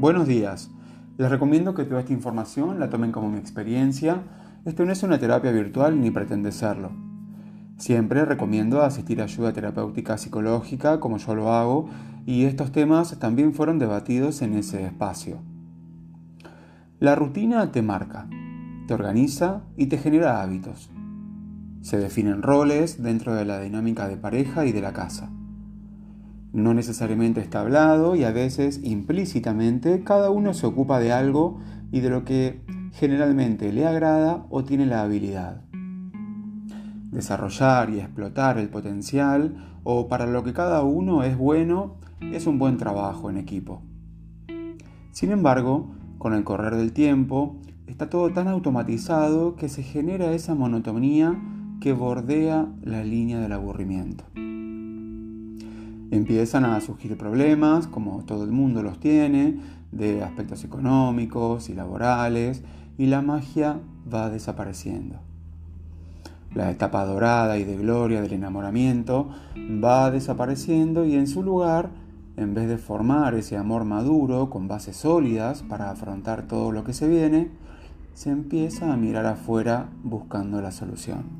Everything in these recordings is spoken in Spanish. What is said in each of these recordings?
Buenos días. Les recomiendo que toda esta información la tomen como mi experiencia. Esto no es una terapia virtual ni pretende serlo. Siempre recomiendo asistir a ayuda terapéutica psicológica como yo lo hago y estos temas también fueron debatidos en ese espacio. La rutina te marca, te organiza y te genera hábitos. Se definen roles dentro de la dinámica de pareja y de la casa. No necesariamente está hablado y a veces implícitamente cada uno se ocupa de algo y de lo que generalmente le agrada o tiene la habilidad. Desarrollar y explotar el potencial o para lo que cada uno es bueno es un buen trabajo en equipo. Sin embargo, con el correr del tiempo, está todo tan automatizado que se genera esa monotonía que bordea la línea del aburrimiento. Empiezan a surgir problemas, como todo el mundo los tiene, de aspectos económicos y laborales, y la magia va desapareciendo. La etapa dorada y de gloria del enamoramiento va desapareciendo y en su lugar, en vez de formar ese amor maduro con bases sólidas para afrontar todo lo que se viene, se empieza a mirar afuera buscando la solución.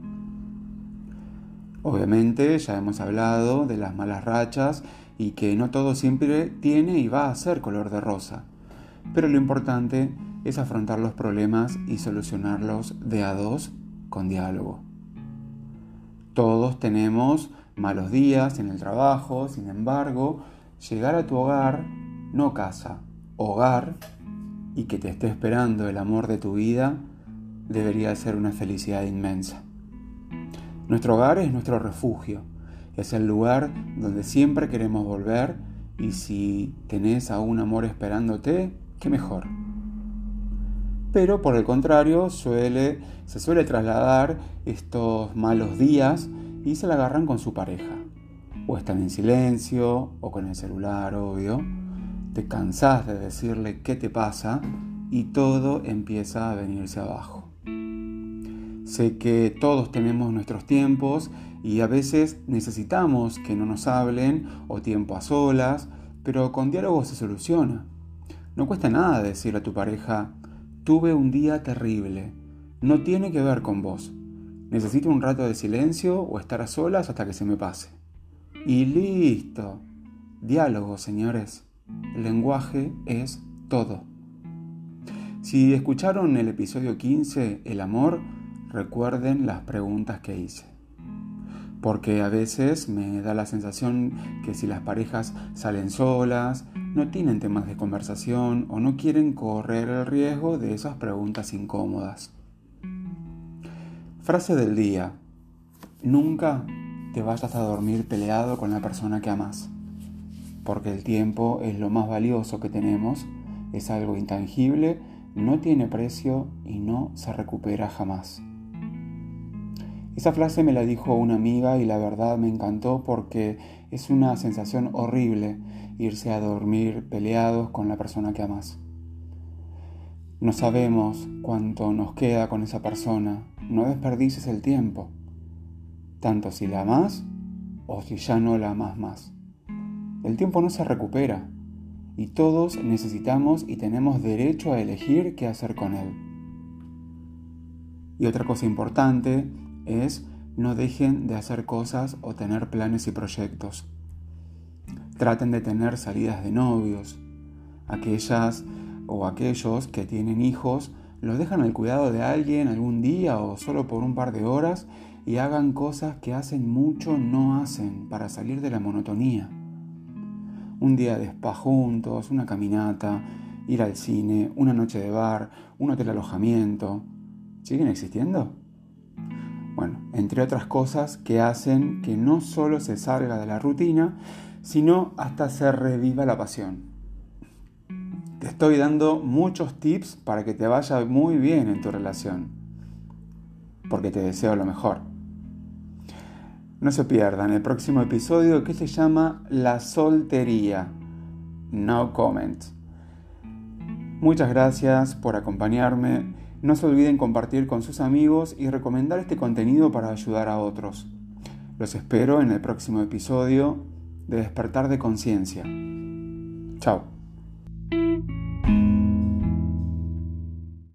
Obviamente ya hemos hablado de las malas rachas y que no todo siempre tiene y va a ser color de rosa, pero lo importante es afrontar los problemas y solucionarlos de a dos con diálogo. Todos tenemos malos días en el trabajo, sin embargo, llegar a tu hogar, no casa, hogar, y que te esté esperando el amor de tu vida, debería ser una felicidad inmensa. Nuestro hogar es nuestro refugio, es el lugar donde siempre queremos volver y si tenés a un amor esperándote, qué mejor. Pero por el contrario, se suele trasladar estos malos días y se la agarran con su pareja. O están en silencio o con el celular, obvio. Te cansás de decirle qué te pasa y todo empieza a venirse abajo. Sé que todos tenemos nuestros tiempos y a veces necesitamos que no nos hablen o tiempo a solas, pero con diálogo se soluciona. No cuesta nada decirle a tu pareja, tuve un día terrible, no tiene que ver con vos. Necesito un rato de silencio o estar a solas hasta que se me pase. Y listo. Diálogo, señores. El lenguaje es todo. Si escucharon el episodio 15, El amor, recuerden las preguntas que hice. Porque a veces me da la sensación que si las parejas salen solas, no tienen temas de conversación o no quieren correr el riesgo de esas preguntas incómodas. Frase del día. Nunca te vayas a dormir peleado con la persona que amas. Porque el tiempo es lo más valioso que tenemos, es algo intangible, no tiene precio y no se recupera jamás. Esa frase me la dijo una amiga y la verdad me encantó porque es una sensación horrible irse a dormir peleados con la persona que amas. No sabemos cuánto nos queda con esa persona, no desperdicies el tiempo, tanto si la amás o si ya no la amás más. El tiempo no se recupera y todos necesitamos y tenemos derecho a elegir qué hacer con él. Y otra cosa importante es no dejen de hacer cosas o tener planes y proyectos. Traten de tener salidas de novios. Aquellas o aquellos que tienen hijos los dejan al cuidado de alguien algún día o solo por un par de horas y hagan cosas que hacen mucho no hacen para salir de la monotonía. Un día de spa juntos, una caminata, ir al cine, una noche de bar, un hotel alojamiento. ¿Siguen existiendo? Bueno, entre otras cosas que hacen que no solo se salga de la rutina, sino hasta se reviva la pasión. Te estoy dando muchos tips para que te vaya muy bien en tu relación, porque te deseo lo mejor. No se pierdan el próximo episodio que se llama La soltería. No comment. Muchas gracias por acompañarme. No se olviden compartir con sus amigos y recomendar este contenido para ayudar a otros. Los espero en el próximo episodio de Despertar de Conciencia. Chao.